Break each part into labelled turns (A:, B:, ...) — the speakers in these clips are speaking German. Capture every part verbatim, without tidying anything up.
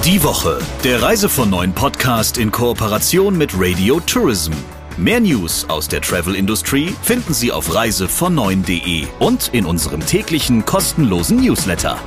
A: Die Woche, der Reise von neun Podcast in Kooperation mit Radio Tourism. Mehr News aus der Travel-Industrie finden Sie auf reise von neun punkt de und in unserem täglichen kostenlosen Newsletter.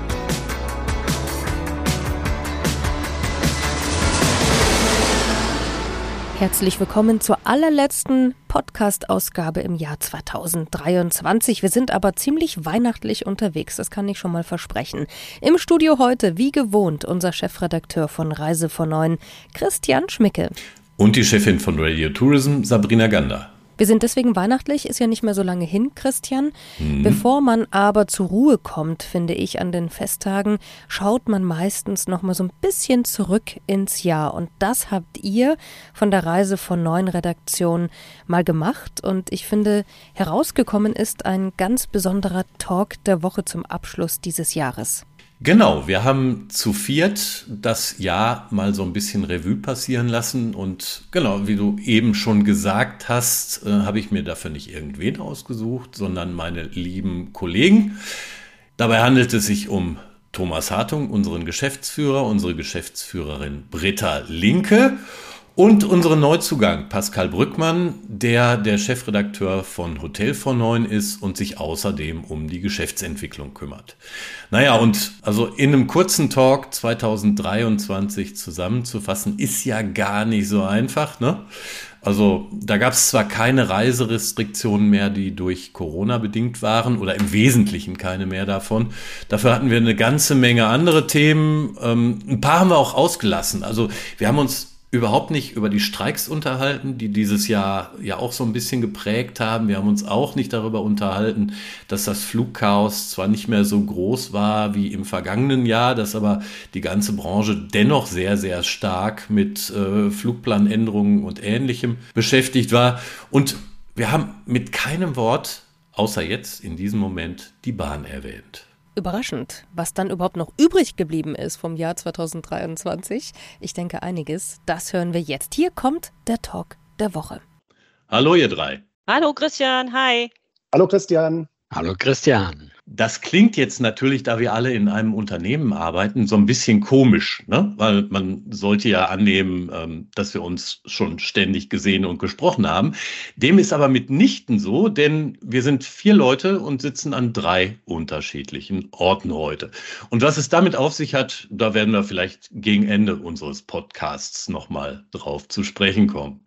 B: Herzlich willkommen zur allerletzten Podcast-Ausgabe im Jahr zweitausenddreiundzwanzig. Wir sind aber ziemlich weihnachtlich unterwegs, das kann ich schon mal versprechen. Im Studio heute, wie gewohnt, unser Chefredakteur von Reise von neun, Christian Schmicke.
C: Und die Chefin von Radio Tourism, Sabrina Gander.
B: Wir sind deswegen weihnachtlich, ist ja nicht mehr so lange hin, Christian.
C: Mhm.
B: Bevor man aber zur Ruhe kommt, finde ich, an den Festtagen, schaut man meistens noch mal so ein bisschen zurück ins Jahr. Und das habt ihr von der Reise von neun Redaktion mal gemacht. Und ich finde, herausgekommen ist ein ganz besonderer Talk der Woche zum Abschluss dieses Jahres.
C: Genau, wir haben zu viert das Jahr mal so ein bisschen Revue passieren lassen und genau, wie du eben schon gesagt hast, äh, habe ich mir dafür nicht irgendwen ausgesucht, sondern meine lieben Kollegen. Dabei handelt es sich um Thomas Hartung, unseren Geschäftsführer, unsere Geschäftsführerin Britta Linke und unseren Neuzugang Pascal Brückmann, der der Chefredakteur von Hotel von neun ist und sich außerdem um die Geschäftsentwicklung kümmert. Naja, und also in einem kurzen Talk zweitausenddreiundzwanzig zusammenzufassen, ist ja gar nicht so einfach, ne? Also da gab es zwar keine Reiserestriktionen mehr, die durch Corona bedingt waren oder im Wesentlichen keine mehr davon. Dafür hatten wir eine ganze Menge andere Themen. Ähm, ein paar haben wir auch ausgelassen. Also wir haben uns überhaupt nicht über die Streiks unterhalten, die dieses Jahr ja auch so ein bisschen geprägt haben. Wir haben uns auch nicht darüber unterhalten, dass das Flugchaos zwar nicht mehr so groß war wie im vergangenen Jahr, dass aber die ganze Branche dennoch sehr, sehr stark mit äh, Flugplanänderungen und Ähnlichem beschäftigt war. Und wir haben mit keinem Wort, außer jetzt in diesem Moment, die Bahn erwähnt.
B: Überraschend, was dann überhaupt noch übrig geblieben ist vom Jahr zweitausenddreiundzwanzig. Ich denke einiges, das hören wir jetzt. Hier kommt der Talk der Woche.
C: Hallo ihr drei.
D: Hallo Christian, hi.
E: Hallo Christian.
F: Hallo Christian.
C: Das klingt jetzt natürlich, da wir alle in einem Unternehmen arbeiten, so ein bisschen komisch, ne? Weil man sollte ja annehmen, dass wir uns schon ständig gesehen und gesprochen haben. Dem ist aber mitnichten so, denn wir sind vier Leute und sitzen an drei unterschiedlichen Orten heute. Und was es damit auf sich hat, da werden wir vielleicht gegen Ende unseres Podcasts nochmal drauf zu sprechen kommen.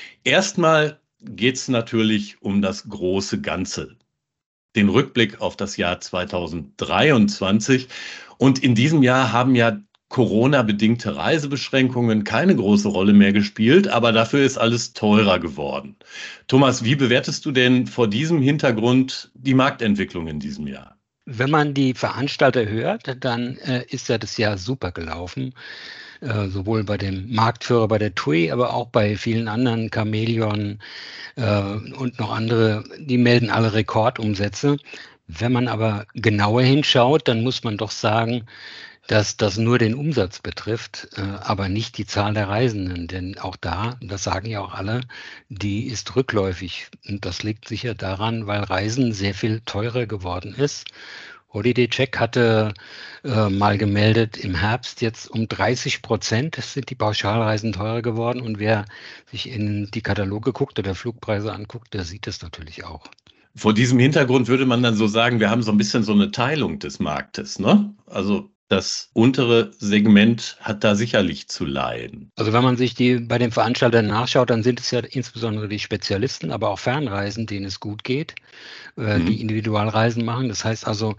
C: Erstmal geht es natürlich um das große Ganze. Den Rückblick auf das Jahr zweitausenddreiundzwanzig. Und in diesem Jahr haben ja Corona-bedingte Reisebeschränkungen keine große Rolle mehr gespielt, aber dafür ist alles teurer geworden. Thomas, wie bewertest du denn vor diesem Hintergrund die Marktentwicklung in diesem Jahr?
F: Wenn man die Veranstalter hört, dann äh, ist ja das Jahr super gelaufen. Äh, sowohl bei dem Marktführer, bei der T U I, aber auch bei vielen anderen, Chamäleon äh, und noch andere, die melden alle Rekordumsätze. Wenn man aber genauer hinschaut, dann muss man doch sagen, dass das nur den Umsatz betrifft, äh, aber nicht die Zahl der Reisenden. Denn auch da, das sagen ja auch alle, die ist rückläufig. Und das liegt sicher daran, weil Reisen sehr viel teurer geworden ist. Holiday Check hatte äh, mal gemeldet, im Herbst jetzt um dreißig Prozent sind die Pauschalreisen teurer geworden. Und wer sich in die Kataloge guckt oder Flugpreise anguckt, der sieht das natürlich auch.
C: Vor diesem Hintergrund würde man dann so sagen, wir haben so ein bisschen so eine Teilung des Marktes, ne? Also das untere Segment hat da sicherlich zu leiden.
F: Also wenn man sich die bei den Veranstaltern nachschaut, dann sind es ja insbesondere die Spezialisten, aber auch Fernreisen, denen es gut geht, äh, mhm. die Individualreisen machen. Das heißt also,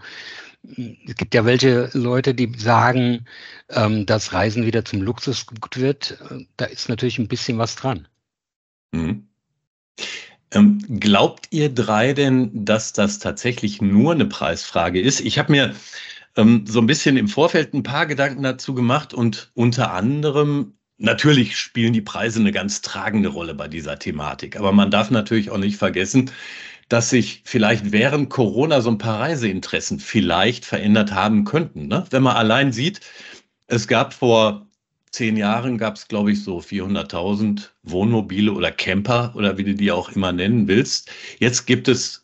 F: es gibt ja welche Leute, die sagen, ähm, dass Reisen wieder zum Luxusgut wird. Da ist natürlich ein bisschen was dran.
C: Mhm. Ähm, glaubt ihr drei denn, dass das tatsächlich nur eine Preisfrage ist? Ich habe mir ähm, so ein bisschen im Vorfeld ein paar Gedanken dazu gemacht und unter anderem, natürlich spielen die Preise eine ganz tragende Rolle bei dieser Thematik, aber man darf natürlich auch nicht vergessen, dass sich vielleicht während Corona so ein paar Reiseinteressen vielleicht verändert haben könnten, ne? Wenn man allein sieht, es gab vor zehn Jahren, gab es glaube ich so vierhunderttausend Wohnmobile oder Camper oder wie du die auch immer nennen willst. Jetzt gibt es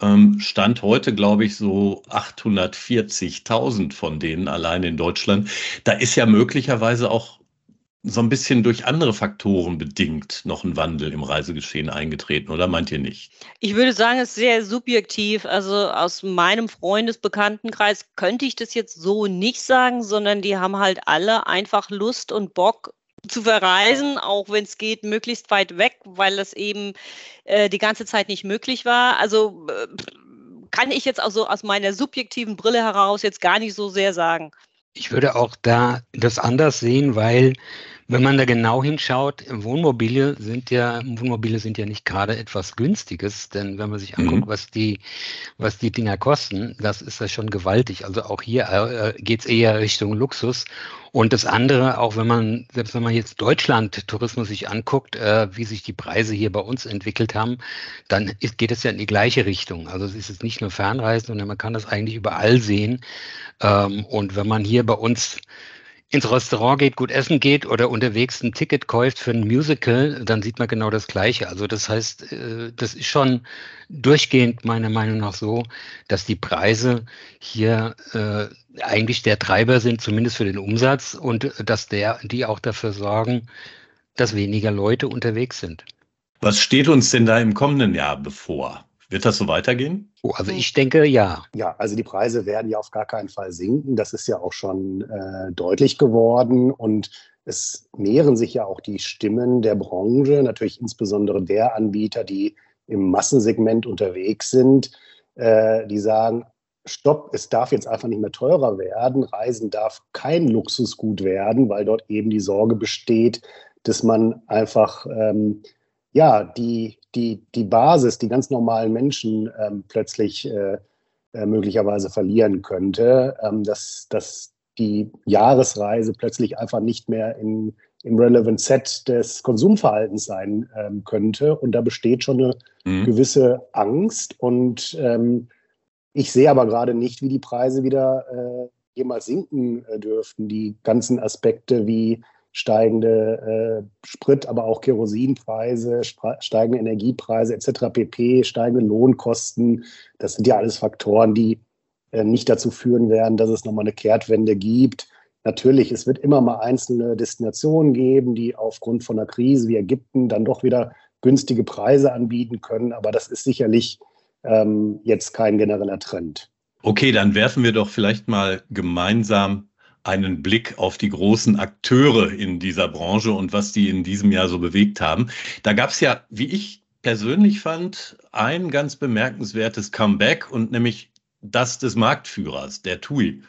C: Ähm, Stand heute, glaube ich, so achthundertvierzigtausend von denen allein in Deutschland. Da ist ja möglicherweise auch so ein bisschen durch andere Faktoren bedingt noch ein Wandel im Reisegeschehen eingetreten, oder meint ihr nicht?
D: Ich würde sagen, es ist sehr subjektiv. Also aus meinem Freundesbekanntenkreis könnte ich das jetzt so nicht sagen, sondern die haben halt alle einfach Lust und Bock zu verreisen, auch wenn es geht, möglichst weit weg, weil das eben äh, die ganze Zeit nicht möglich war. Also äh, kann ich jetzt also aus meiner subjektiven Brille heraus jetzt gar nicht so sehr sagen.
F: Ich würde auch da das anders sehen, weil wenn man da genau hinschaut, Wohnmobile sind ja, Wohnmobile sind ja nicht gerade etwas Günstiges, denn wenn man sich anguckt, mhm. was die, was die Dinger kosten, das ist ja schon gewaltig. Also auch hier äh, geht es eher Richtung Luxus. Und das andere, auch wenn man, selbst wenn man jetzt Deutschland-Tourismus sich anguckt, äh, wie sich die Preise hier bei uns entwickelt haben, dann ist, geht es ja in die gleiche Richtung. Also es ist jetzt nicht nur Fernreisen, sondern man kann das eigentlich überall sehen. Ähm, und wenn man hier bei uns ins Restaurant geht, gut essen geht oder unterwegs ein Ticket kauft für ein Musical, dann sieht man genau das Gleiche. Also das heißt, das ist schon durchgehend meiner Meinung nach so, dass die Preise hier äh, eigentlich der Treiber sind, zumindest für den Umsatz, und dass der, die auch dafür sorgen, dass weniger Leute unterwegs sind.
C: Was steht uns denn da im kommenden Jahr bevor? Wird das so weitergehen?
F: Oh, also ich denke, ja.
E: Ja, also die Preise werden ja auf gar keinen Fall sinken. Das ist ja auch schon äh, deutlich geworden. Und es mehren sich ja auch die Stimmen der Branche, natürlich insbesondere der Anbieter, die im Massensegment unterwegs sind, äh, die sagen, stopp, es darf jetzt einfach nicht mehr teurer werden. Reisen darf kein Luxusgut werden, weil dort eben die Sorge besteht, dass man einfach ähm, ja, die, die, die Basis, die ganz normalen Menschen ähm, plötzlich äh, äh, möglicherweise verlieren könnte, ähm, dass, dass die Jahresreise plötzlich einfach nicht mehr in, im Relevant Set des Konsumverhaltens sein ähm, könnte. Und da besteht schon eine mhm. gewisse Angst. Und ähm, ich sehe aber gerade nicht, wie die Preise wieder äh, jemals sinken äh, dürften. Die ganzen Aspekte wie steigende äh, Sprit, aber auch Kerosinpreise, steigende Energiepreise et cetera pp., steigende Lohnkosten. Das sind ja alles Faktoren, die äh, nicht dazu führen werden, dass es nochmal eine Kehrtwende gibt. Natürlich, es wird immer mal einzelne Destinationen geben, die aufgrund von einer Krise wie Ägypten dann doch wieder günstige Preise anbieten können. Aber das ist sicherlich ähm, jetzt kein genereller Trend.
C: Okay, dann werfen wir doch vielleicht mal gemeinsam einen Blick auf die großen Akteure in dieser Branche und was die in diesem Jahr so bewegt haben. Da gab es ja, wie ich persönlich fand, ein ganz bemerkenswertes Comeback, und nämlich das des Marktführers, der TUI.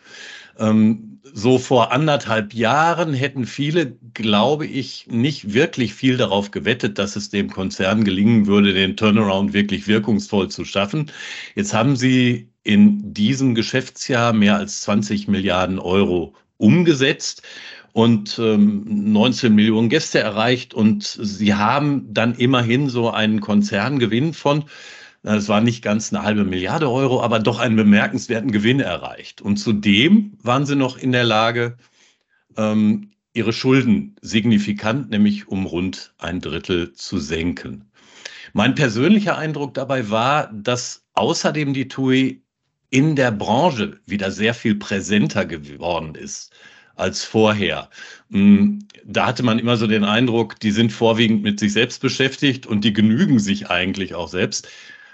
C: Ähm, so vor anderthalb Jahren hätten viele, glaube ich, nicht wirklich viel darauf gewettet, dass es dem Konzern gelingen würde, den Turnaround wirklich wirkungsvoll zu schaffen. Jetzt haben sie in diesem Geschäftsjahr mehr als zwanzig Milliarden Euro umgesetzt und ähm, neunzehn Millionen Gäste erreicht, und sie haben dann immerhin so einen Konzerngewinn von, das war nicht ganz eine halbe Milliarde Euro, aber doch einen bemerkenswerten Gewinn erreicht. Und zudem waren sie noch in der Lage, ähm, ihre Schulden signifikant, nämlich um rund ein Drittel, zu senken. Mein persönlicher Eindruck dabei war, dass außerdem die TUI in der Branche wieder sehr viel präsenter geworden ist als vorher. Da hatte man immer so den Eindruck, die sind vorwiegend mit sich selbst beschäftigt und die genügen sich eigentlich auch selbst.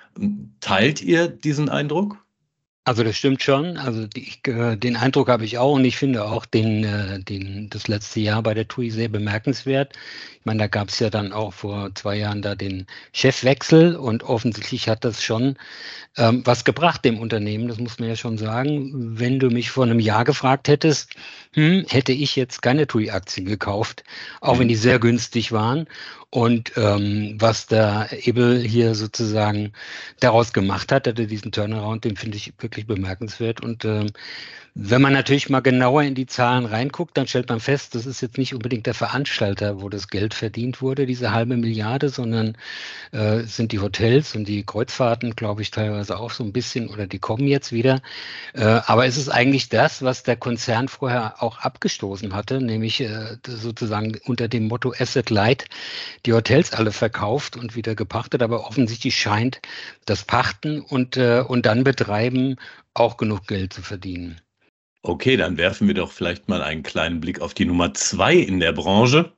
C: Teilt ihr diesen Eindruck?
F: Also das stimmt schon. Also die, ich, den Eindruck habe ich auch, und ich finde auch den, den, das letzte Jahr bei der TUI sehr bemerkenswert. Ich meine, da gab es ja dann auch vor zwei Jahren da den Chefwechsel, und offensichtlich hat das schon ähm, was gebracht dem Unternehmen, das muss man ja schon sagen. Wenn du mich vor einem Jahr gefragt hättest, hm, hätte ich jetzt keine TUI-Aktien gekauft, auch mhm. wenn die sehr günstig waren. Und ähm, was der Ebel hier sozusagen daraus gemacht hat, hatte diesen Turnaround, den finde ich wirklich bemerkenswert. Und ähm, Wenn man natürlich mal genauer in die Zahlen reinguckt, dann stellt man fest, das ist jetzt nicht unbedingt der Veranstalter, wo das Geld verdient wurde, diese halbe Milliarde, sondern äh, sind die Hotels und die Kreuzfahrten, glaube ich, teilweise auch so ein bisschen, oder die kommen jetzt wieder. Äh, aber es ist eigentlich das, was der Konzern vorher auch abgestoßen hatte, nämlich äh, sozusagen unter dem Motto Asset Light die Hotels alle verkauft und wieder gepachtet. Aber offensichtlich scheint das Pachten und, äh, und dann Betreiben auch genug Geld zu verdienen.
C: Okay, dann werfen wir doch vielleicht mal einen kleinen Blick auf die Nummer zwei in der Branche,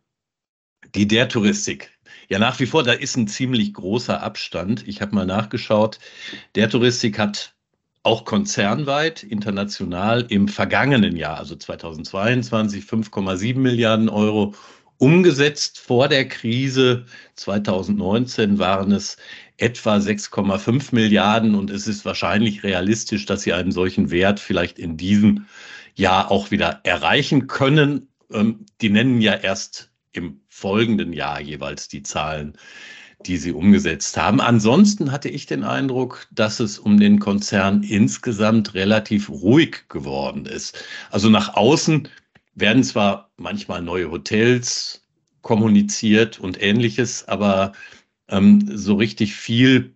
C: die der Touristik. Ja, nach wie vor, da ist ein ziemlich großer Abstand. Ich habe mal nachgeschaut. Der Touristik hat auch konzernweit, international im vergangenen Jahr, also zweitausendzweiundzwanzig, fünf Komma sieben Milliarden Euro umgesetzt. Vor der Krise zweitausendneunzehn waren es etwa sechs Komma fünf Milliarden und es ist wahrscheinlich realistisch, dass sie einen solchen Wert vielleicht in diesem Jahr auch wieder erreichen können. Ähm, die nennen ja erst im folgenden Jahr jeweils die Zahlen, die sie umgesetzt haben. Ansonsten hatte ich den Eindruck, dass es um den Konzern insgesamt relativ ruhig geworden ist. Also nach außen werden zwar manchmal neue Hotels kommuniziert und Ähnliches, aber ähm, so richtig viel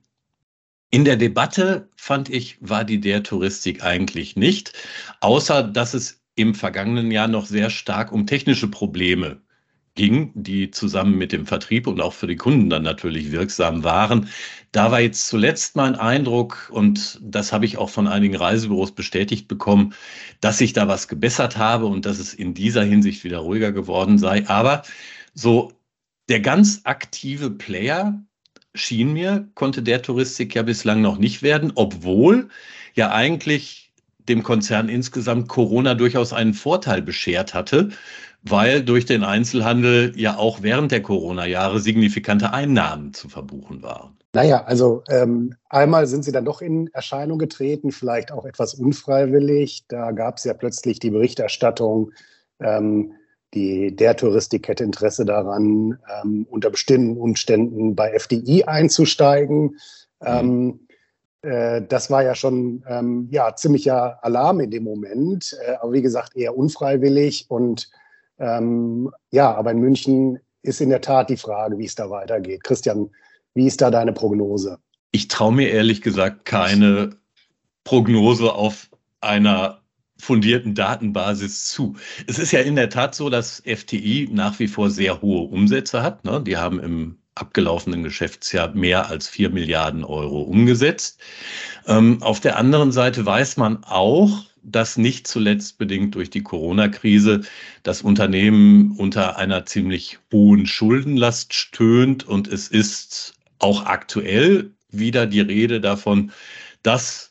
C: in der Debatte, fand ich, war die der Touristik eigentlich nicht, außer dass es im vergangenen Jahr noch sehr stark um technische Probleme ging, die zusammen mit dem Vertrieb und auch für die Kunden dann natürlich wirksam waren. Da war jetzt zuletzt mein Eindruck, und das habe ich auch von einigen Reisebüros bestätigt bekommen, dass sich da was gebessert habe und dass es in dieser Hinsicht wieder ruhiger geworden sei. Aber so der ganz aktive Player schien mir, konnte der Touristik ja bislang noch nicht werden, obwohl ja eigentlich dem Konzern insgesamt Corona durchaus einen Vorteil beschert hatte, weil durch den Einzelhandel ja auch während der Corona-Jahre signifikante Einnahmen zu verbuchen waren.
E: Naja, also ähm, einmal sind sie dann doch in Erscheinung getreten, vielleicht auch etwas unfreiwillig. Da gab es ja plötzlich die Berichterstattung, ähm, die der Touristik hätte Interesse daran, ähm, unter bestimmten Umständen bei F D I einzusteigen. Ähm, äh, das war ja schon ähm, ja, ziemlicher Alarm in dem Moment, äh, aber wie gesagt eher unfreiwillig. Und ähm, ja, aber in München ist in der Tat die Frage, wie es da weitergeht. Christian, wie ist da deine Prognose?
C: Ich traue mir ehrlich gesagt keine Prognose auf einer fundierten Datenbasis zu. Es ist ja in der Tat so, dass F T I nach wie vor sehr hohe Umsätze hat. Ne? Die haben im abgelaufenen Geschäftsjahr mehr als vier Milliarden Euro umgesetzt. Ähm, auf der anderen Seite weiß man auch, dass nicht zuletzt bedingt durch die Corona-Krise das Unternehmen unter einer ziemlich hohen Schuldenlast stöhnt. Und es ist auch aktuell wieder die Rede davon, dass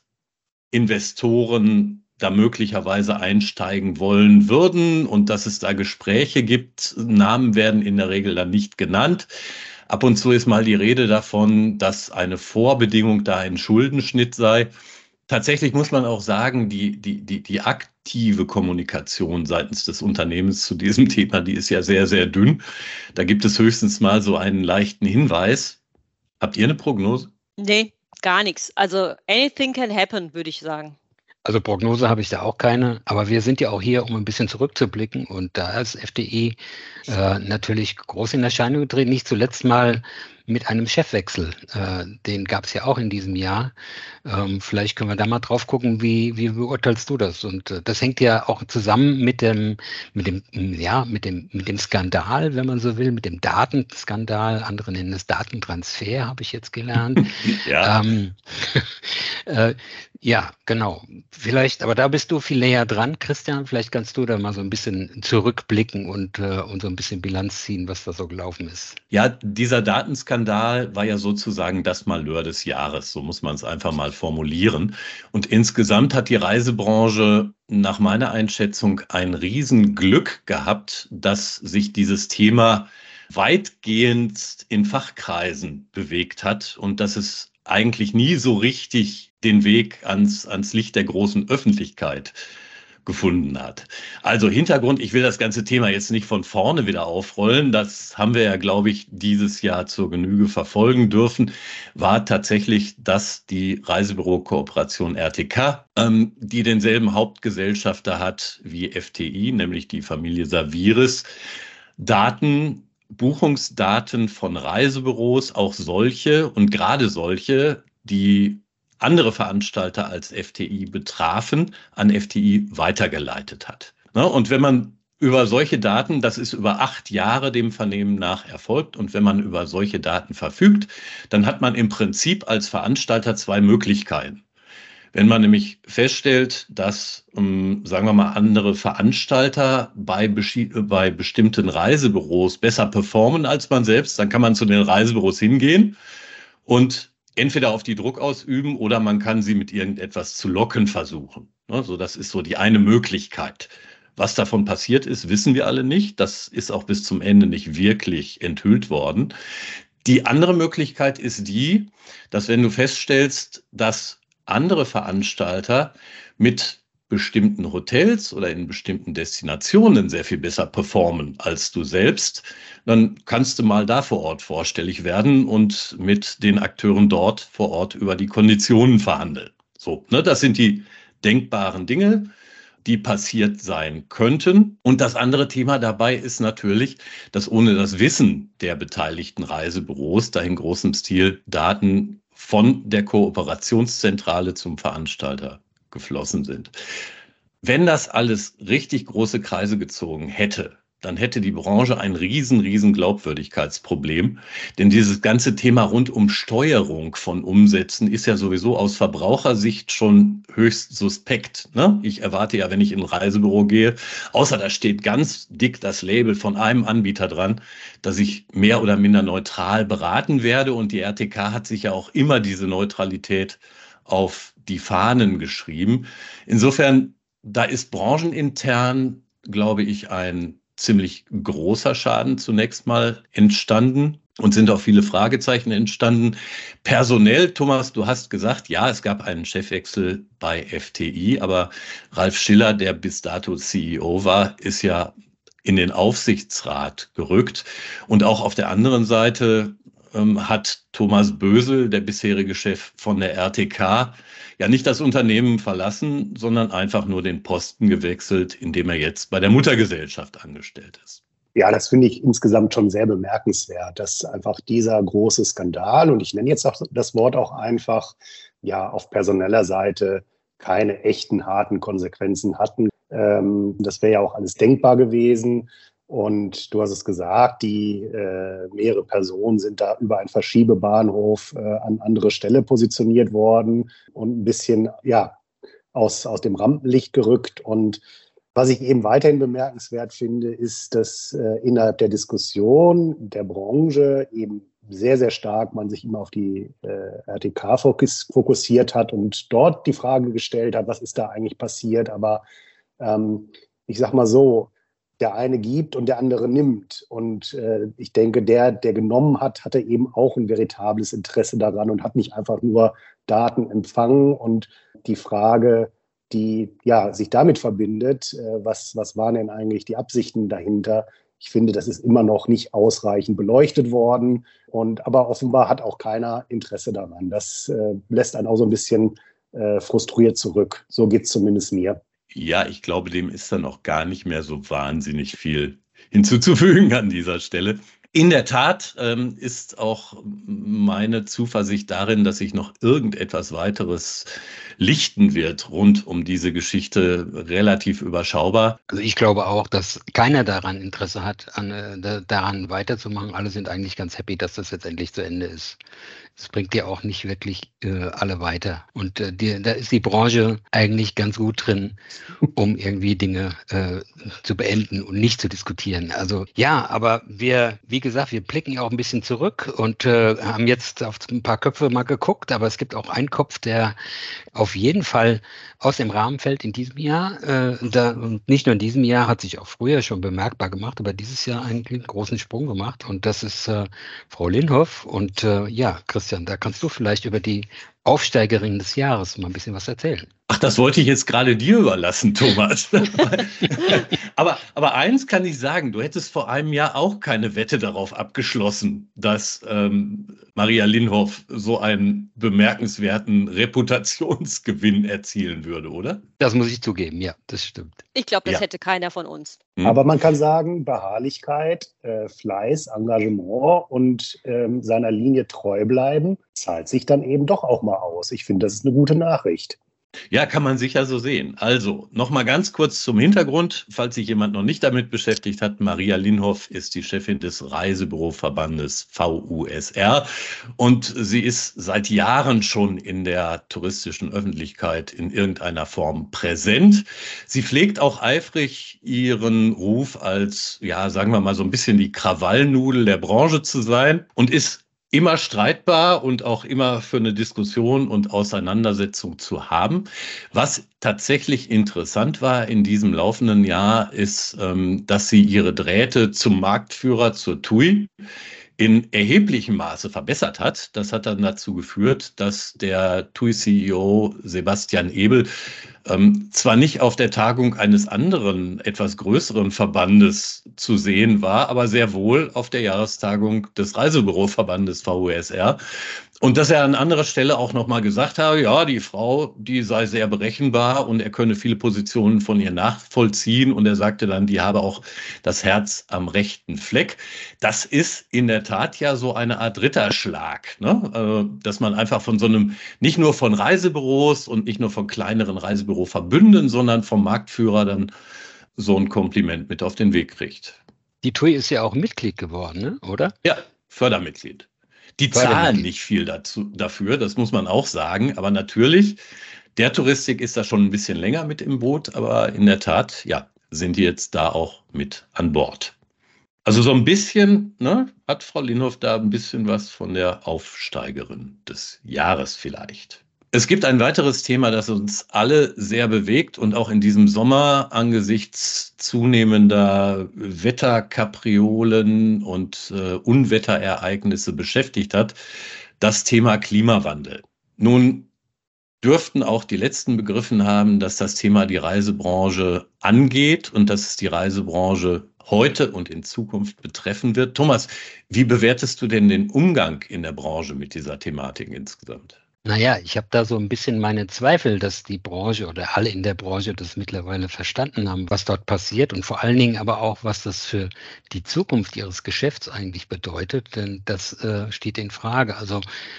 C: Investoren da möglicherweise einsteigen wollen würden und dass es da Gespräche gibt. Namen werden in der Regel dann nicht genannt. Ab und zu ist mal die Rede davon, dass eine Vorbedingung da ein Schuldenschnitt sei. Tatsächlich muss man auch sagen, die, die, die, die aktive Kommunikation seitens des Unternehmens zu diesem Thema, die ist ja sehr, sehr dünn. Da gibt es höchstens mal so einen leichten Hinweis. Habt ihr eine Prognose?
D: Nee, gar nichts. Also anything can happen, würde ich sagen.
F: Also Prognose habe ich da auch keine, aber wir sind ja auch hier, um ein bisschen zurückzublicken, und da ist F D I äh, natürlich groß in Erscheinung getreten, nicht zuletzt mal mit einem Chefwechsel. Äh, den gab es ja auch in diesem Jahr. Ähm, vielleicht können wir da mal drauf gucken, wie, wie beurteilst du das? Und äh, das hängt ja auch zusammen mit dem, mit dem, ja, mit dem, mit dem Skandal, wenn man so will, mit dem Datenskandal. Andere nennen es Datentransfer, habe ich jetzt gelernt.
C: Ja.
F: Ähm, äh, ja, genau. Vielleicht, aber da bist du viel näher dran, Christian. Vielleicht kannst du da mal so ein bisschen zurückblicken und, äh, und so ein bisschen Bilanz ziehen, was da so gelaufen ist.
C: Ja, dieser Datenskandal war ja sozusagen das Malheur des Jahres, so muss man es einfach mal formulieren. Und insgesamt hat die Reisebranche nach meiner Einschätzung ein Riesenglück gehabt, dass sich dieses Thema weitgehend in Fachkreisen bewegt hat und dass es eigentlich nie so richtig den Weg ans, ans Licht der großen Öffentlichkeit gefunden hat. Also Hintergrund, ich will das ganze Thema jetzt nicht von vorne wieder aufrollen, das haben wir ja, glaube ich, dieses Jahr zur Genüge verfolgen dürfen, war tatsächlich, dass die Reisebüro-Kooperation R T K, ähm, die denselben Hauptgesellschafter hat wie F T I, nämlich die Familie Saviris, Daten, Buchungsdaten von Reisebüros, auch solche und gerade solche, die andere Veranstalter als F T I betrafen, an F T I weitergeleitet hat. Und wenn man über solche Daten, das ist über acht Jahre dem Vernehmen nach erfolgt, und wenn man über solche Daten verfügt, dann hat man im Prinzip als Veranstalter zwei Möglichkeiten. Wenn man nämlich feststellt, dass, sagen wir mal, andere Veranstalter bei, bei bestimmten Reisebüros besser performen als man selbst, dann kann man zu den Reisebüros hingehen und entweder auf die Druck ausüben oder man kann sie mit irgendetwas zu locken versuchen. Also das ist so die eine Möglichkeit. Was davon passiert ist, wissen wir alle nicht. Das ist auch bis zum Ende nicht wirklich enthüllt worden. Die andere Möglichkeit ist die, dass wenn du feststellst, dass andere Veranstalter mit bestimmten Hotels oder in bestimmten Destinationen sehr viel besser performen als du selbst, dann kannst du mal da vor Ort vorstellig werden und mit den Akteuren dort vor Ort über die Konditionen verhandeln. So, ne, das sind die denkbaren Dinge, die passiert sein könnten. Und das andere Thema dabei ist natürlich, dass ohne das Wissen der beteiligten Reisebüros da in großem Stil Daten von der Kooperationszentrale zum Veranstalter geflossen sind. Wenn das alles richtig große Kreise gezogen hätte, dann hätte die Branche ein riesen, riesen Glaubwürdigkeitsproblem. Denn dieses ganze Thema rund um Steuerung von Umsätzen ist ja sowieso aus Verbrauchersicht schon höchst suspekt. Ne? Ich erwarte ja, wenn ich in ein Reisebüro gehe, außer da steht ganz dick das Label von einem Anbieter dran, dass ich mehr oder minder neutral beraten werde. Und die R T K hat sich ja auch immer diese Neutralität auf die Fahnen geschrieben. Insofern, da ist branchenintern, glaube ich, ein ziemlich großer Schaden zunächst mal entstanden und sind auch viele Fragezeichen entstanden. Personell, Thomas, du hast gesagt, ja, es gab einen Chefwechsel bei F T I, aber Ralf Schiller, der bis dato C E O war, ist ja in den Aufsichtsrat gerückt. Und auch auf der anderen Seite ähm, hat Thomas Bösel, der bisherige Chef von der R T K, ja nicht das Unternehmen verlassen, sondern einfach nur den Posten gewechselt, indem er jetzt bei der Muttergesellschaft angestellt ist.
E: Ja, das finde ich insgesamt schon sehr bemerkenswert, dass einfach dieser große Skandal, und ich nenne jetzt auch das Wort auch einfach, ja, auf personeller Seite keine echten harten Konsequenzen hatten. Ähm, das wäre ja auch alles denkbar gewesen. Und du hast es gesagt, die äh, mehrere Personen sind da über einen Verschiebebahnhof äh, an andere Stelle positioniert worden und ein bisschen ja, aus, aus dem Rampenlicht gerückt. Und was ich eben weiterhin bemerkenswert finde, ist, dass äh, innerhalb der Diskussion der Branche eben sehr, sehr stark man sich immer auf die äh, R T K fokus, fokussiert hat und dort die Frage gestellt hat, was ist da eigentlich passiert. Aber ähm, ich sag mal so, der eine gibt und der andere nimmt. Und äh, ich denke, der, der genommen hat, hatte eben auch ein veritables Interesse daran und hat nicht einfach nur Daten empfangen. Und die Frage, die ja, sich damit verbindet, äh, was, was waren denn eigentlich die Absichten dahinter? Ich finde, das ist immer noch nicht ausreichend beleuchtet worden. Und, aber offenbar hat auch keiner Interesse daran. Das äh, lässt einen auch so ein bisschen äh, frustriert zurück. So geht es zumindest mir.
C: Ja, ich glaube, dem ist dann auch gar nicht mehr so wahnsinnig viel hinzuzufügen an dieser Stelle. In der Tat ähm, ist auch meine Zuversicht darin, dass sich noch irgendetwas weiteres lichten wird rund um diese Geschichte, relativ überschaubar.
F: Also ich glaube auch, dass keiner daran Interesse hat, an, äh, daran weiterzumachen. Alle sind eigentlich ganz happy, dass das jetzt endlich zu Ende ist. Es bringt ja auch nicht wirklich äh, alle weiter. Und äh, die, da ist die Branche eigentlich ganz gut drin, um irgendwie Dinge äh, zu beenden und nicht zu diskutieren. Also ja, aber wir, wie gesagt, wir blicken ja auch ein bisschen zurück und äh, haben jetzt auf ein paar Köpfe mal geguckt, aber es gibt auch einen Kopf, der auf jeden Fall aus dem Rahmen fällt in diesem Jahr. Äh, da, und nicht nur in diesem Jahr, hat sich auch früher schon bemerkbar gemacht, aber dieses Jahr einen großen Sprung gemacht. Und das ist äh, Frau Linhoff. Und äh, ja, Christian, da kannst du vielleicht über die Aufsteigerin des Jahres mal ein bisschen was erzählen.
C: Ach, das wollte ich jetzt gerade dir überlassen, Thomas. aber, aber eins kann ich sagen, du hättest vor einem Jahr auch keine Wette darauf abgeschlossen, dass ähm, Maria Linhoff so einen bemerkenswerten Reputationsgewinn erzielen würde, oder?
F: Das muss ich zugeben, ja, das stimmt.
D: Ich glaube, das
C: Ja.
D: hätte keiner von uns.
C: Hm?
E: Aber man kann sagen, Beharrlichkeit, äh, Fleiß, Engagement und ähm, seiner Linie treu bleiben, zahlt sich dann eben doch auch mal aus. Ich finde, das ist eine gute Nachricht.
C: Ja, kann man sicher so sehen. Also, nochmal ganz kurz zum Hintergrund, falls sich jemand noch nicht damit beschäftigt hat. Maria Linhoff ist die Chefin des Reisebüroverbandes V U S R und sie ist seit Jahren schon in der touristischen Öffentlichkeit in irgendeiner Form präsent. Sie pflegt auch eifrig ihren Ruf als, ja, sagen wir mal so ein bisschen die Krawallnudel der Branche zu sein und ist immer streitbar und auch immer für eine Diskussion und Auseinandersetzung zu haben. Was tatsächlich interessant war in diesem laufenden Jahr, ist, dass sie ihre Drähte zum Marktführer, zur T U I, in erheblichem Maße verbessert hat. Das hat dann dazu geführt, dass der T U I-C E O Sebastian Ebel ähm, zwar nicht auf der Tagung eines anderen, etwas größeren Verbandes zu sehen war, aber sehr wohl auf der Jahrestagung des Reisebüroverbandes V U S R. Und dass er an anderer Stelle auch nochmal gesagt habe, ja, die Frau, die sei sehr berechenbar und er könne viele Positionen von ihr nachvollziehen. Und er sagte dann, die habe auch das Herz am rechten Fleck. Das ist in der Tat ja so eine Art Ritterschlag, ne? Dass man einfach von so einem, nicht nur von Reisebüros und nicht nur von kleineren Reisebüroverbünden, sondern vom Marktführer dann so ein Kompliment mit auf den Weg kriegt.
F: Die T U I ist ja auch Mitglied geworden, ne? Oder?
C: Ja, Fördermitglied. Die zahlen nicht viel dazu, dafür, das muss man auch sagen. Aber natürlich, der Touristik ist da schon ein bisschen länger mit im Boot. Aber in der Tat, ja, sind die jetzt da auch mit an Bord. Also so ein bisschen, ne, hat Frau Linhoff da ein bisschen was von der Aufsteigerin des Jahres vielleicht. Es gibt ein weiteres Thema, das uns alle sehr bewegt und auch in diesem Sommer angesichts zunehmender Wetterkapriolen und äh, Unwetterereignisse beschäftigt hat, das Thema Klimawandel. Nun dürften auch die Letzten begriffen haben, dass das Thema die Reisebranche angeht und dass es die Reisebranche heute und in Zukunft betreffen wird. Thomas, wie bewertest du denn den Umgang in der Branche mit dieser Thematik insgesamt?
F: Naja, ich habe da so ein bisschen meine Zweifel, dass die Branche oder alle in der Branche das mittlerweile verstanden haben, was dort passiert und vor allen Dingen aber auch, was das für die Zukunft ihres Geschäfts eigentlich bedeutet, denn das äh, steht in Frage. Also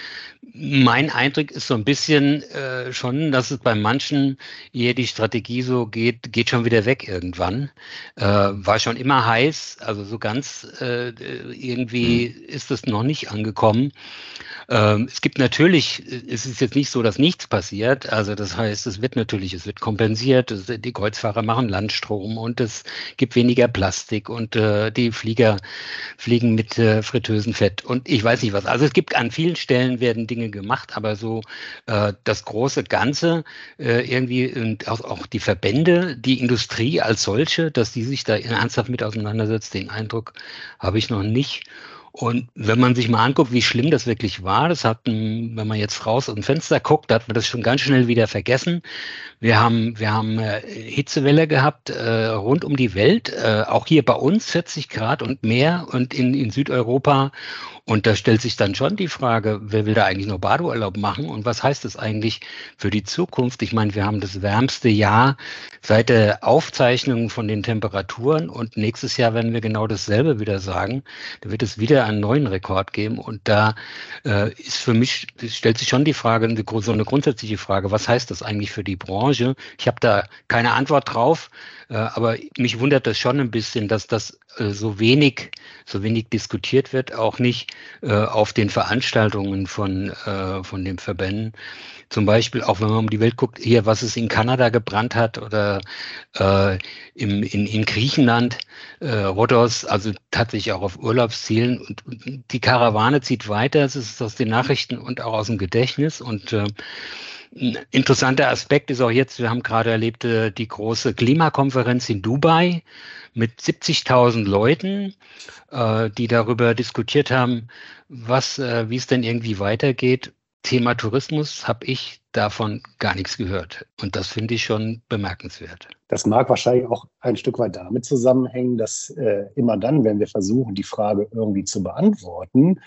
F: mein Eindruck ist so ein bisschen äh, schon, dass es bei manchen eher die Strategie so geht, geht schon wieder weg irgendwann. Äh, war schon immer heiß, also so ganz äh, irgendwie ist es noch nicht angekommen. Ähm, es gibt natürlich, es ist jetzt nicht so, dass nichts passiert. Also das heißt, es wird natürlich, es wird kompensiert. Es, die Kreuzfahrer machen Landstrom und es gibt weniger Plastik und äh, die Flieger fliegen mit äh, Fritteusenfett und ich weiß nicht was. Also es gibt an vielen Stellen werden Dinge gemacht, aber so äh, das große Ganze äh, irgendwie und auch, auch die Verbände, die Industrie als solche, dass die sich da ernsthaft mit auseinandersetzt, den Eindruck habe ich noch nicht. Und wenn man sich mal anguckt, wie schlimm das wirklich war, das hat, wenn man jetzt raus aus dem Fenster guckt, da hat man das schon ganz schnell wieder vergessen. Wir haben, wir haben äh, Hitzewelle gehabt äh, rund um die Welt, äh, auch hier bei uns vierzig Grad und mehr und in, in Südeuropa. Und da stellt sich dann schon die Frage, wer will da eigentlich noch Badeurlaub machen und was heißt das eigentlich für die Zukunft? Ich meine, wir haben das wärmste Jahr seit der Aufzeichnung von den Temperaturen und nächstes Jahr werden wir genau dasselbe wieder sagen. Da wird es wieder einen neuen Rekord geben und da äh, ist für mich, stellt sich schon die Frage, so eine grundsätzliche Frage, was heißt das eigentlich für die Branche? Ich habe da keine Antwort drauf, äh, aber mich wundert das schon ein bisschen, dass das äh, so wenig, so wenig diskutiert wird, auch nicht äh, auf den Veranstaltungen von, äh, von den Verbänden. Zum Beispiel, auch wenn man um die Welt guckt, hier, was es in Kanada gebrannt hat oder äh, im, in, in Griechenland, äh, Rhodos, also tatsächlich auch auf Urlaubszielen. Und, und die Karawane zieht weiter, es ist aus den Nachrichten und auch aus dem Gedächtnis. Und äh, ein interessanter Aspekt ist auch jetzt, wir haben gerade erlebt, äh, die große Klimakonferenz in Dubai mit siebzigtausend Leuten, äh, die darüber diskutiert haben, was, äh, wie es denn irgendwie weitergeht. Thema Tourismus habe ich davon gar nichts gehört. Und das finde ich schon bemerkenswert.
E: Das mag wahrscheinlich auch ein Stück weit damit zusammenhängen, dass äh, immer dann, wenn wir versuchen, die Frage irgendwie zu beantworten,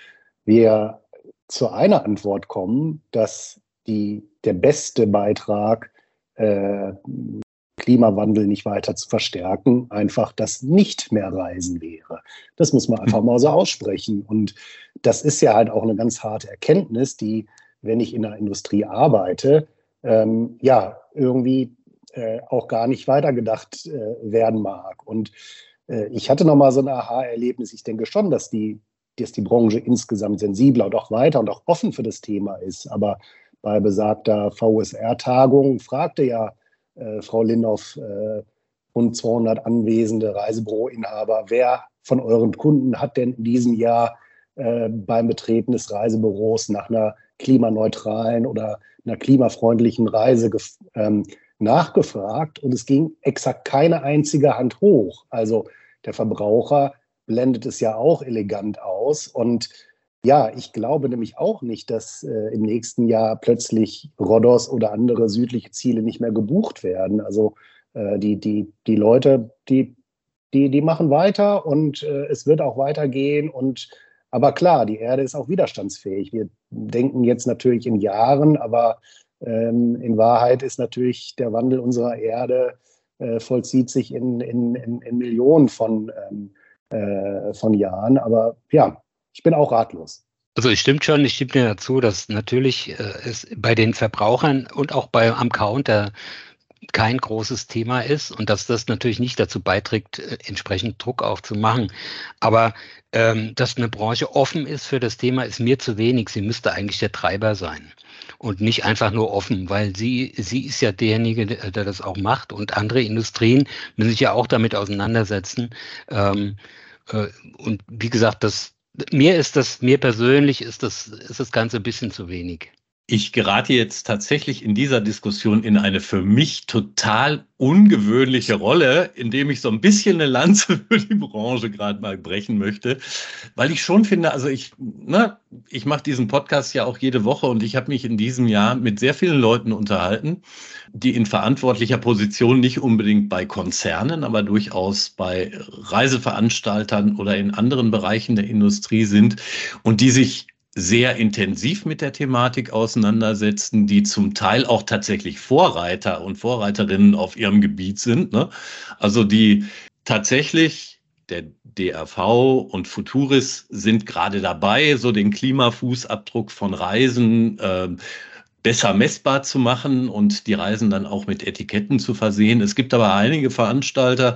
E: wir zu einer Antwort kommen, dass die, der beste Beitrag, äh, Klimawandel nicht weiter zu verstärken, einfach das nicht mehr Reisen wäre. Das muss man einfach mal so aussprechen. Und das ist ja halt auch eine ganz harte Erkenntnis, die, wenn ich in der Industrie arbeite, ähm, ja, irgendwie äh, auch gar nicht weitergedacht äh, werden mag. Und äh, ich hatte nochmal so ein Aha-Erlebnis. Ich denke schon, dass die, dass die Branche insgesamt sensibler und auch weiter und auch offen für das Thema ist. Aber bei besagter V S R-Tagung fragte ja äh, Frau Linhoff äh, rund zweihundert anwesende Reisebüroinhaber, wer von euren Kunden hat denn in diesem Jahr äh, beim Betreten des Reisebüros nach einer klimaneutralen oder einer klimafreundlichen Reise ähm, nachgefragt, und es ging exakt keine einzige Hand hoch. Also der Verbraucher blendet es ja auch elegant aus. Und ja, ich glaube nämlich auch nicht, dass äh, im nächsten Jahr plötzlich Rhodos oder andere südliche Ziele nicht mehr gebucht werden. Also äh, die, die, die Leute, die, die, die machen weiter, und äh, es wird auch weitergehen. Und aber klar, die Erde ist auch widerstandsfähig. Wir denken jetzt natürlich in Jahren, aber ähm, in Wahrheit ist natürlich der Wandel unserer Erde äh, vollzieht sich in, in, in, in Millionen von, ähm, äh, von Jahren. Aber ja, ich bin auch ratlos.
F: Also es stimmt schon, ich stimme dir dazu, dass natürlich äh, es bei den Verbrauchern und auch bei, am Counter kein großes Thema ist und dass das natürlich nicht dazu beiträgt, äh, entsprechend Druck aufzumachen. Aber ähm, dass eine Branche offen ist für das Thema, ist mir zu wenig. Sie müsste eigentlich der Treiber sein und nicht einfach nur offen, weil sie, sie ist ja derjenige, der, der das auch macht, und andere Industrien müssen sich ja auch damit auseinandersetzen. Ähm, äh, und wie gesagt, das Mir ist das, mir persönlich ist das, ist das Ganze ein bisschen zu wenig.
C: Ich gerate jetzt tatsächlich in dieser Diskussion in eine für mich total ungewöhnliche Rolle, indem ich so ein bisschen eine Lanze für die Branche gerade mal brechen möchte, weil ich schon finde, also ich, ne, ich mache diesen Podcast ja auch jede Woche, und ich habe mich in diesem Jahr mit sehr vielen Leuten unterhalten, die in verantwortlicher Position nicht unbedingt bei Konzernen, aber durchaus bei Reiseveranstaltern oder in anderen Bereichen der Industrie sind und die sich sehr intensiv mit der Thematik auseinandersetzen, die zum Teil auch tatsächlich Vorreiter und Vorreiterinnen auf ihrem Gebiet sind, ne? Also die tatsächlich, der D R V und Futuris sind gerade dabei, so den Klimafußabdruck von Reisen äh, besser messbar zu machen und die Reisen dann auch mit Etiketten zu versehen. Es gibt aber einige Veranstalter,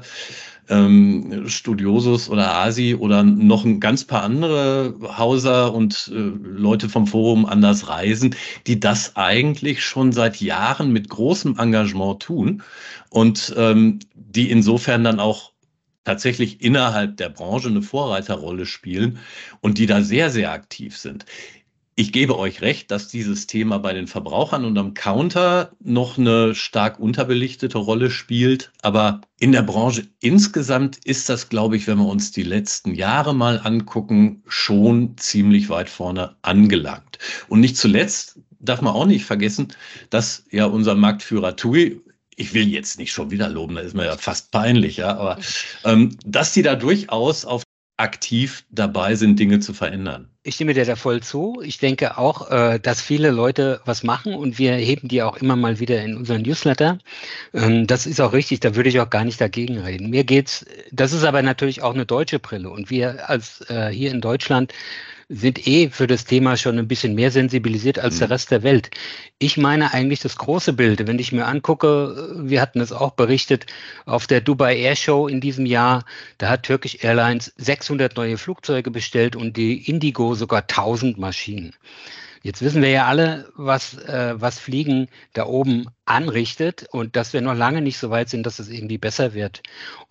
C: ähm, Studiosus oder Asi oder noch ein ganz paar andere Hauser und äh, Leute vom Forum Anders Reisen, die das eigentlich schon seit Jahren mit großem Engagement tun und ähm, die insofern dann auch tatsächlich innerhalb der Branche eine Vorreiterrolle spielen und die da sehr, sehr aktiv sind. Ich gebe euch recht, dass dieses Thema bei den Verbrauchern und am Counter noch eine stark unterbelichtete Rolle spielt. Aber in der Branche insgesamt ist das, glaube ich, wenn wir uns die letzten Jahre mal angucken, schon ziemlich weit vorne angelangt. Und nicht zuletzt darf man auch nicht vergessen, dass ja unser Marktführer TUI, ich will jetzt nicht schon wieder loben, da ist mir ja fast peinlich, ja, aber ähm, dass die da durchaus auf aktiv dabei sind, Dinge zu verändern.
F: Ich stimme dir da voll zu. Ich denke auch, äh, dass viele Leute was machen, und wir heben die auch immer mal wieder in unseren Newsletter. Ähm, das ist auch richtig, da würde ich auch gar nicht dagegen reden. Mir geht's, das ist aber natürlich auch eine deutsche Brille, und wir als äh, hier in Deutschland sind eh für das Thema schon ein bisschen mehr sensibilisiert als der Rest der Welt. Ich meine eigentlich das große Bild. Wenn ich mir angucke, wir hatten es auch berichtet, auf der Dubai Air Show in diesem Jahr, da hat Turkish Airlines sechshundert neue Flugzeuge bestellt und die Indigo sogar tausend Maschinen. Jetzt wissen wir ja alle, was, äh, was Fliegen da oben anrichtet, und dass wir noch lange nicht so weit sind, dass es irgendwie besser wird. Und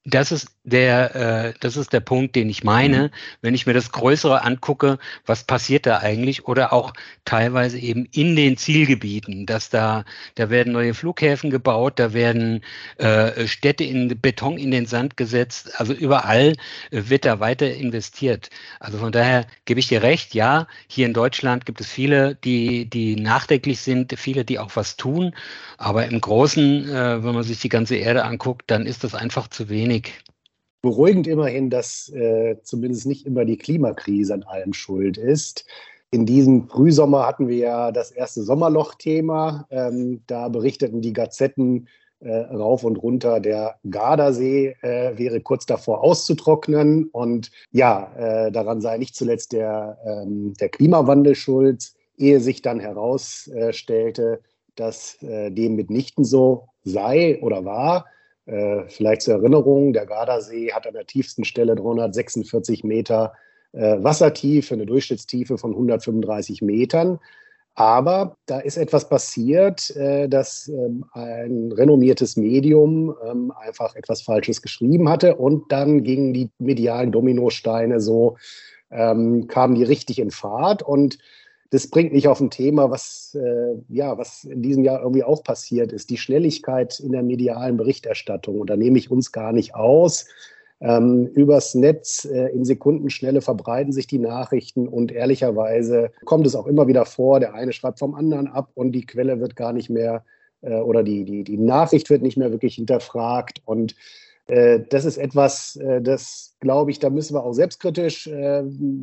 F: Das ist der, äh, das ist der Punkt, den ich meine, wenn ich mir das Größere angucke, was passiert da eigentlich? Oder auch teilweise eben in den Zielgebieten, dass da, da werden neue Flughäfen gebaut, da werden äh, Städte in Beton in den Sand gesetzt. Also überall äh, wird da weiter investiert. Also von daher gebe ich dir recht, ja, hier in Deutschland gibt es viele, die, die nachdenklich sind, viele, die auch was tun. Aber im Großen, äh, wenn man sich die ganze Erde anguckt, dann ist das einfach zu wenig.
E: Beruhigend immerhin, dass äh, zumindest nicht immer die Klimakrise an allem schuld ist. In diesem Frühsommer hatten wir ja das erste Sommerloch-Thema. Ähm, da berichteten die Gazetten äh, rauf und runter, der Gardasee äh, wäre kurz davor auszutrocknen. Und ja, äh, daran sei nicht zuletzt der, ähm, der Klimawandel schuld, ehe sich dann herausstellte, dass äh, dem mitnichten so sei oder war. Äh, vielleicht zur Erinnerung, der Gardasee hat an der tiefsten Stelle dreihundertsechsundvierzig Meter äh, Wassertiefe, eine Durchschnittstiefe von hundertfünfunddreißig Metern. Aber da ist etwas passiert, äh, dass ähm, ein renommiertes Medium ähm, einfach etwas Falsches geschrieben hatte und dann gingen die medialen Dominosteine so, ähm, kamen die richtig in Fahrt und das bringt mich auf ein Thema, was, äh, ja, was in diesem Jahr irgendwie auch passiert ist. Die Schnelligkeit in der medialen Berichterstattung. Und da nehme ich uns gar nicht aus. Ähm, übers Netz äh, in Sekundenschnelle verbreiten sich die Nachrichten. Und ehrlicherweise kommt es auch immer wieder vor, der eine schreibt vom anderen ab und die Quelle wird gar nicht mehr, äh, oder die, die, die Nachricht wird nicht mehr wirklich hinterfragt. Und äh, das ist etwas, äh, das, glaube ich, da müssen wir auch selbstkritisch äh,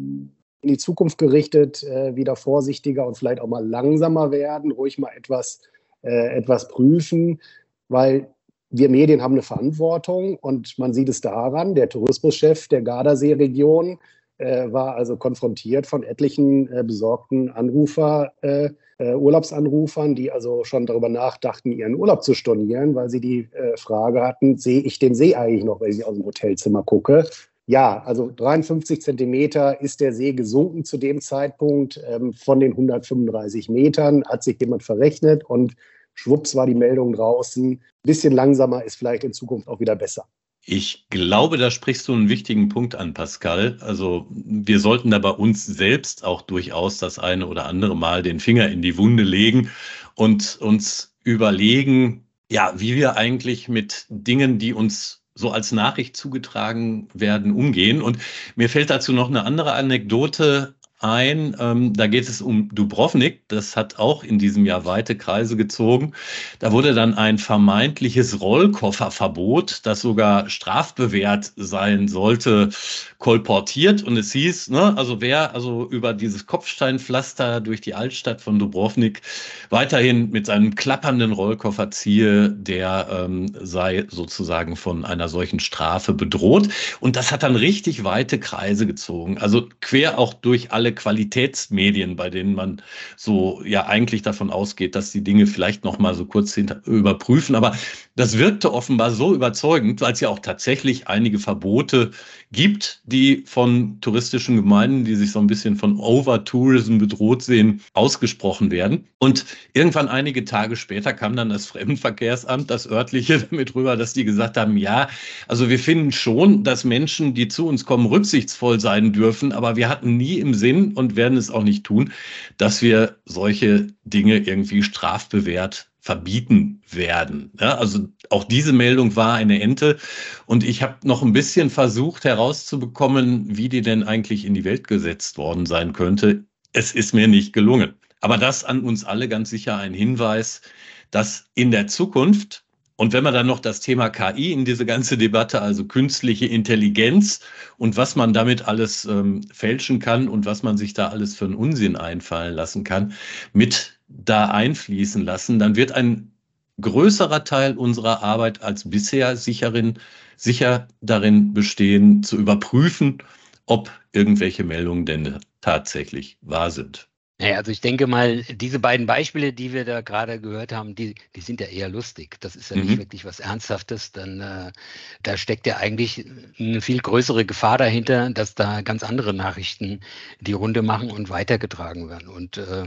E: in die Zukunft gerichtet, äh, wieder vorsichtiger und vielleicht auch mal langsamer werden, ruhig mal etwas, äh, etwas prüfen, weil wir Medien haben eine Verantwortung und man sieht es daran, der Tourismuschef der Gardasee-Region äh, war also konfrontiert von etlichen äh, besorgten Anrufer, äh, äh, Urlaubsanrufern, die also schon darüber nachdachten, ihren Urlaub zu stornieren, weil sie die äh, Frage hatten, sehe ich den See eigentlich noch, wenn ich aus dem Hotelzimmer gucke? Ja, also dreiundfünfzig Zentimeter ist der See gesunken zu dem Zeitpunkt. Ähm, von den hundertfünfunddreißig Metern hat sich jemand verrechnet und schwupps war die Meldung draußen. Ein bisschen langsamer ist vielleicht in Zukunft auch wieder besser.
C: Ich glaube, da sprichst du einen wichtigen Punkt an, Pascal. Also wir sollten da bei uns selbst auch durchaus das eine oder andere Mal den Finger in die Wunde legen und uns überlegen, ja, wie wir eigentlich mit Dingen, die uns so als Nachricht zugetragen werden, umgehen. Und mir fällt dazu noch eine andere Anekdote ein. Ähm, da geht es um Dubrovnik. Das hat auch in diesem Jahr weite Kreise gezogen. Da wurde dann ein vermeintliches Rollkofferverbot, das sogar strafbewehrt sein sollte, kolportiert. Und es hieß, ne, also wer also über dieses Kopfsteinpflaster durch die Altstadt von Dubrovnik weiterhin mit seinem klappernden Rollkoffer ziehe, der ähm, sei sozusagen von einer solchen Strafe bedroht. Und das hat dann richtig weite Kreise gezogen. Also quer auch durch alle Qualitätsmedien, bei denen man so ja eigentlich davon ausgeht, dass die Dinge vielleicht noch mal so kurz hinter, überprüfen. Aber das wirkte offenbar so überzeugend, weil es ja auch tatsächlich einige Verbote gibt, die von touristischen Gemeinden, die sich so ein bisschen von Overtourism bedroht sehen, ausgesprochen werden. Und irgendwann einige Tage später kam dann das Fremdenverkehrsamt, das örtliche, damit rüber, dass die gesagt haben, ja, also wir finden schon, dass Menschen, die zu uns kommen, rücksichtsvoll sein dürfen, aber wir hatten nie im Sinn und werden es auch nicht tun, dass wir solche Dinge irgendwie strafbewehrt verbieten werden. Ja, also auch diese Meldung war eine Ente und ich habe noch ein bisschen versucht herauszubekommen, wie die denn eigentlich in die Welt gesetzt worden sein könnte. Es ist mir nicht gelungen. Aber das an uns alle ganz sicher ein Hinweis, dass in der Zukunft, und wenn man dann noch das Thema K I in diese ganze Debatte, also künstliche Intelligenz und was man damit alles ähm, fälschen kann und was man sich da alles für einen Unsinn einfallen lassen kann, mit da einfließen lassen, dann wird ein größerer Teil unserer Arbeit als bisher sicherin, sicher darin bestehen, zu überprüfen, ob irgendwelche Meldungen denn tatsächlich wahr sind.
F: Naja, also ich denke mal, diese beiden Beispiele, die wir da gerade gehört haben, die, die sind ja eher lustig. Das ist ja nicht mhm. wirklich was Ernsthaftes. Dann, äh, da steckt ja eigentlich eine viel größere Gefahr dahinter, dass da ganz andere Nachrichten die Runde machen und weitergetragen werden. Und äh,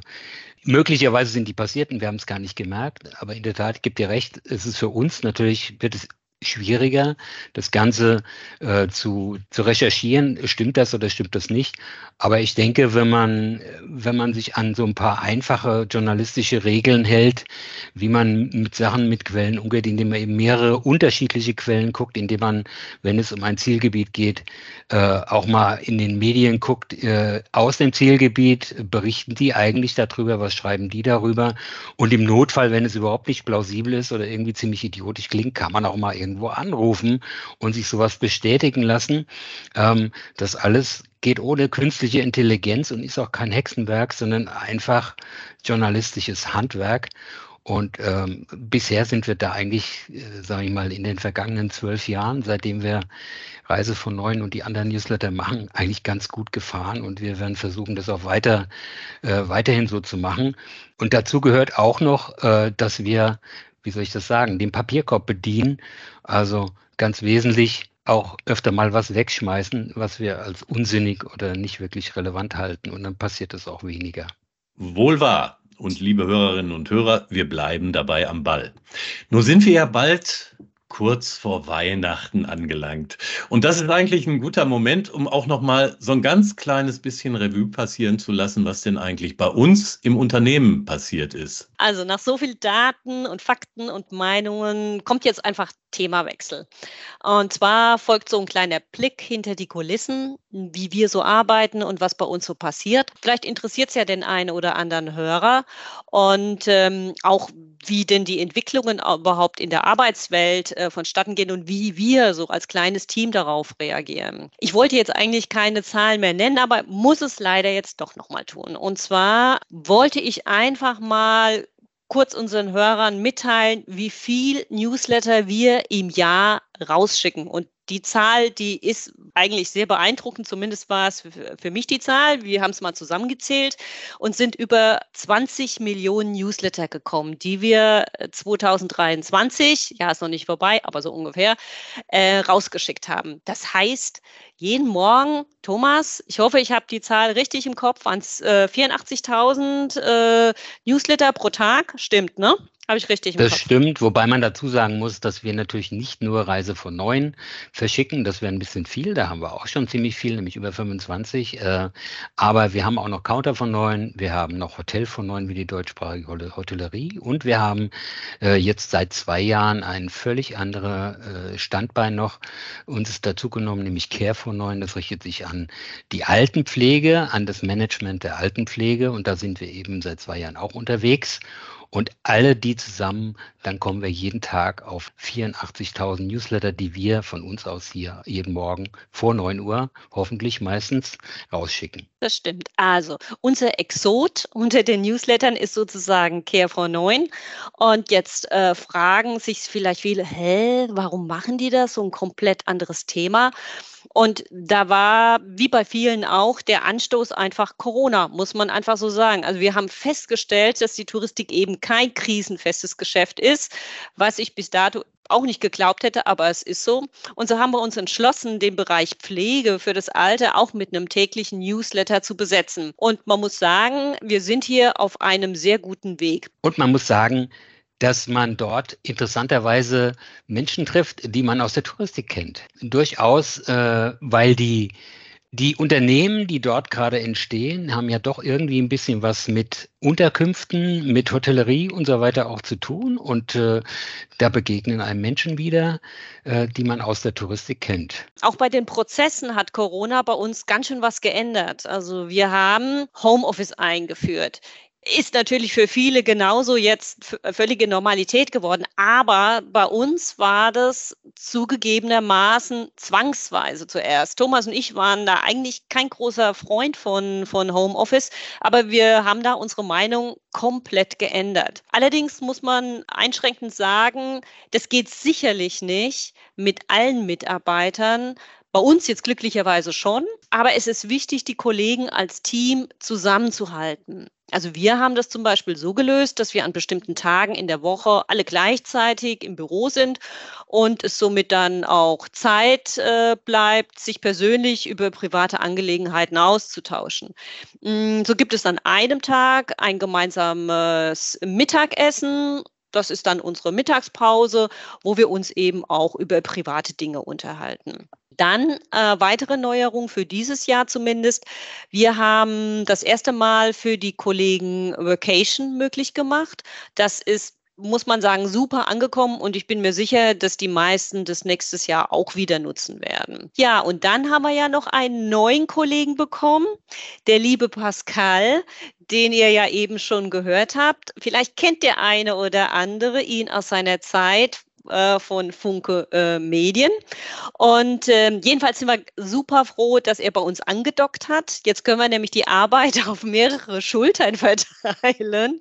F: möglicherweise sind die passiert und wir haben es gar nicht gemerkt. Aber in der Tat, ich gebe dir recht, es ist für uns natürlich, wird es schwieriger, das Ganze äh, zu, zu recherchieren. Stimmt das oder stimmt das nicht? Aber ich denke, wenn man, wenn man sich an so ein paar einfache journalistische Regeln hält, wie man mit Sachen, mit Quellen umgeht, indem man eben mehrere unterschiedliche Quellen guckt, indem man, wenn es um ein Zielgebiet geht, äh, auch mal in den Medien guckt, äh, aus dem Zielgebiet, berichten die eigentlich darüber, was schreiben die darüber? Und im Notfall, wenn es überhaupt nicht plausibel ist oder irgendwie ziemlich idiotisch klingt, kann man auch mal irgendwo anrufen und sich sowas bestätigen lassen. Ähm, das alles geht ohne künstliche Intelligenz und ist auch kein Hexenwerk, sondern einfach journalistisches Handwerk. Und ähm, bisher sind wir da eigentlich, äh, sage ich mal, in den vergangenen zwölf Jahren, seitdem wir Reise von Neun und die anderen Newsletter machen, eigentlich ganz gut gefahren. Und wir werden versuchen, das auch weiter, äh, weiterhin so zu machen. Und dazu gehört auch noch, äh, dass wir, wie soll ich das sagen, den Papierkorb bedienen. Also ganz wesentlich auch öfter mal was wegschmeißen, was wir als unsinnig oder nicht wirklich relevant halten. Und dann passiert es auch weniger.
C: Wohl wahr. Und liebe Hörerinnen und Hörer, wir bleiben dabei am Ball. Nun sind wir ja bald kurz vor Weihnachten angelangt. Und das ist eigentlich ein guter Moment, um auch noch mal so ein ganz kleines bisschen Revue passieren zu lassen, was denn eigentlich bei uns im Unternehmen passiert ist.
D: Also nach so viel Daten und Fakten und Meinungen kommt jetzt einfach Themawechsel. Und zwar folgt so ein kleiner Blick hinter die Kulissen, wie wir so arbeiten und was bei uns so passiert. Vielleicht interessiert es ja den einen oder anderen Hörer und ähm, auch, wie denn die Entwicklungen überhaupt in der Arbeitswelt äh, vonstatten gehen und wie wir so als kleines Team darauf reagieren. Ich wollte jetzt eigentlich keine Zahlen mehr nennen, aber muss es leider jetzt doch nochmal tun. Und zwar wollte ich einfach mal kurz unseren Hörern mitteilen, wie viel Newsletter wir im Jahr rausschicken. Und die Zahl, die ist eigentlich sehr beeindruckend, zumindest war es für, für mich die Zahl. Wir haben es mal zusammengezählt und sind über zwanzig Millionen Newsletter gekommen, die wir zwanzig dreiundzwanzig, ja, ist noch nicht vorbei, aber so ungefähr, äh, rausgeschickt haben. Das heißt, jeden Morgen, Thomas, ich hoffe, ich habe die Zahl richtig im Kopf, waren es äh, vierundachtzigtausend äh, Newsletter pro Tag, stimmt, ne? Habe ich richtig im
F: Das
D: Kopf.
F: stimmt, wobei man dazu sagen muss, dass wir natürlich nicht nur Reise von Neun verschicken, das wäre ein bisschen viel, da haben wir auch schon ziemlich viel, nämlich über fünfundzwanzig, äh, aber wir haben auch noch Counter von Neun, wir haben noch Hotel von Neun wie die deutschsprachige Hotellerie und wir haben äh, jetzt seit zwei Jahren ein völlig anderes äh, Standbein noch uns dazu genommen, nämlich Care von Neun, das richtet sich an die Altenpflege, an das Management der Altenpflege und da sind wir eben seit zwei Jahren auch unterwegs. Und alle die zusammen, dann kommen wir jeden Tag auf vierundachtzigtausend Newsletter, die wir von uns aus hier jeden Morgen vor neun Uhr hoffentlich meistens rausschicken.
D: Das stimmt. Also unser Exot unter den Newslettern ist sozusagen Care for Neun. Und jetzt äh, fragen sich vielleicht viele, hä, warum machen die das? So ein komplett anderes Thema. Und da war, wie bei vielen auch, der Anstoß einfach Corona, muss man einfach so sagen. Also wir haben festgestellt, dass die Touristik eben kein krisenfestes Geschäft ist, was ich bis dato auch nicht geglaubt hätte, aber es ist so. Und so haben wir uns entschlossen, den Bereich Pflege für das Alter auch mit einem täglichen Newsletter zu besetzen. Und man muss sagen, wir sind hier auf einem sehr guten Weg.
F: Und man muss sagen, dass man dort interessanterweise Menschen trifft, die man aus der Touristik kennt. Durchaus, äh, weil die, die Unternehmen, die dort gerade entstehen, haben ja doch irgendwie ein bisschen was mit Unterkünften, mit Hotellerie und so weiter auch zu tun. Und äh, da begegnen einem Menschen wieder, äh, die man aus der Touristik kennt.
D: Auch bei den Prozessen hat Corona bei uns ganz schön was geändert. Also wir haben Homeoffice eingeführt. Ist natürlich für viele genauso jetzt völlige Normalität geworden. Aber bei uns war das zugegebenermaßen zwangsweise zuerst. Thomas und ich waren da eigentlich kein großer Freund von, von Homeoffice, aber wir haben da unsere Meinung komplett geändert. Allerdings muss man einschränkend sagen, das geht sicherlich nicht mit allen Mitarbeitern. Bei uns jetzt glücklicherweise schon, aber es ist wichtig, die Kollegen als Team zusammenzuhalten. Also wir haben das zum Beispiel so gelöst, dass wir an bestimmten Tagen in der Woche alle gleichzeitig im Büro sind und es somit dann auch Zeit äh, bleibt, sich persönlich über private Angelegenheiten auszutauschen. So gibt es an einem Tag ein gemeinsames Mittagessen. Das ist dann unsere Mittagspause, wo wir uns eben auch über private Dinge unterhalten. Dann äh, weitere Neuerung für dieses Jahr zumindest. Wir haben das erste Mal für die Kollegen Workation möglich gemacht. Das ist, muss man sagen, super angekommen und ich bin mir sicher, dass die meisten das nächstes Jahr auch wieder nutzen werden. Ja, und dann haben wir ja noch einen neuen Kollegen bekommen, der liebe Pascal, den ihr ja eben schon gehört habt. Vielleicht kennt der eine oder andere ihn aus seiner Zeit von Funke äh, Medien. Und äh, jedenfalls sind wir super froh, dass er bei uns angedockt hat. Jetzt können wir nämlich die Arbeit auf mehrere Schultern verteilen,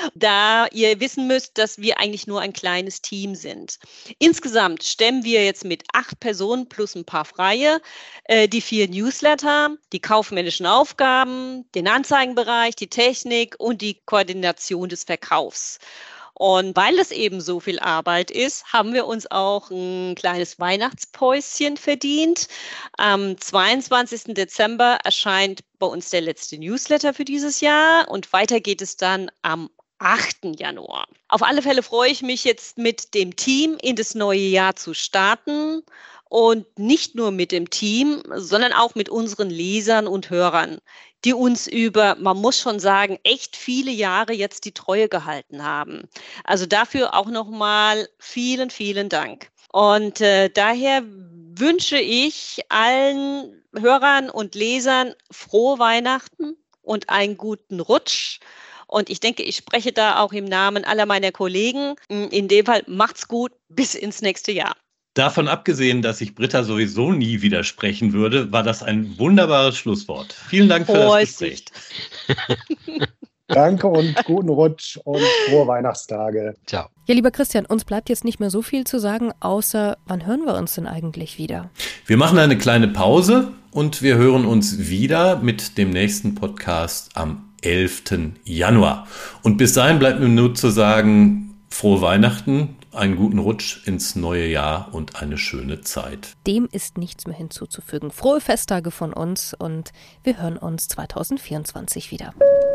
D: da ihr wissen müsst, dass wir eigentlich nur ein kleines Team sind. Insgesamt stemmen wir jetzt mit acht Personen plus ein paar Freie äh, die vier Newsletter, die kaufmännischen Aufgaben, den Anzeigenbereich, die Technik und die Koordination des Verkaufs. Und weil es eben so viel Arbeit ist, haben wir uns auch ein kleines Weihnachtspäuschen verdient. Am zweiundzwanzigsten Dezember erscheint bei uns der letzte Newsletter für dieses Jahr und weiter geht es dann am achten Januar. Auf alle Fälle freue ich mich jetzt mit dem Team in das neue Jahr zu starten. Und nicht nur mit dem Team, sondern auch mit unseren Lesern und Hörern, die uns über, man muss schon sagen, echt viele Jahre jetzt die Treue gehalten haben. Also dafür auch nochmal vielen, vielen Dank. Und äh, daher wünsche ich allen Hörern und Lesern frohe Weihnachten und einen guten Rutsch. Und ich denke, ich spreche da auch im Namen aller meiner Kollegen. In dem Fall macht's gut, bis ins nächste Jahr.
C: Davon abgesehen, dass ich Britta sowieso nie widersprechen würde, war das ein wunderbares Schlusswort. Vielen Dank für
D: Vorsicht.
C: das Gespräch.
E: Danke und guten Rutsch und frohe Weihnachtstage.
F: Ciao.
B: Ja, lieber Christian, uns bleibt jetzt nicht mehr so viel zu sagen, außer wann hören wir uns denn eigentlich wieder?
C: Wir machen eine kleine Pause und wir hören uns wieder mit dem nächsten Podcast am elften Januar. Und bis dahin bleibt mir nur zu sagen, frohe Weihnachten, einen guten Rutsch ins neue Jahr und eine schöne Zeit.
B: Dem ist nichts mehr hinzuzufügen. Frohe Festtage von uns und wir hören uns zwanzig vierundzwanzig wieder.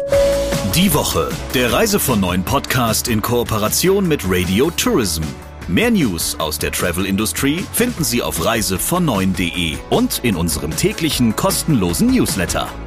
A: Die Woche, der Reise von neun Podcast in Kooperation mit Radio Tourism. Mehr News aus der Travel Industry finden Sie auf reise von neun punkt de und in unserem täglichen kostenlosen Newsletter.